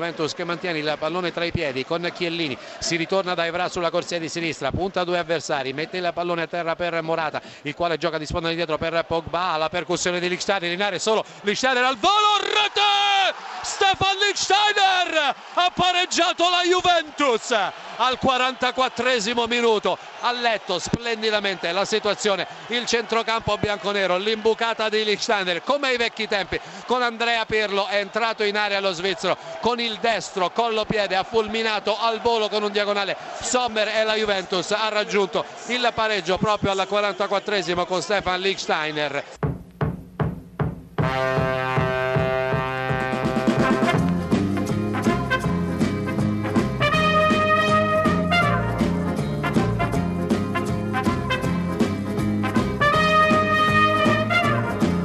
Juventus che mantiene il pallone tra i piedi con Chiellini, si ritorna da Evra sulla corsia di sinistra, punta due avversari, mette il pallone a terra per Morata, il quale gioca di sponda dietro per Pogba, la percussione di Lichtsteiner in area, solo Lichtsteiner al volo, rete! Stefan Lichtsteiner ha pareggiato la Juventus al 44esimo minuto, ha letto splendidamente la situazione il centrocampo bianconero, l'imbucata di Lichtsteiner come ai vecchi tempi con Andrea Pirlo, è entrato in area lo svizzero con il destro collopiede, ha fulminato al volo con un diagonale Sommer e la Juventus ha raggiunto il pareggio proprio al 44esimo con Stefan Lichtsteiner.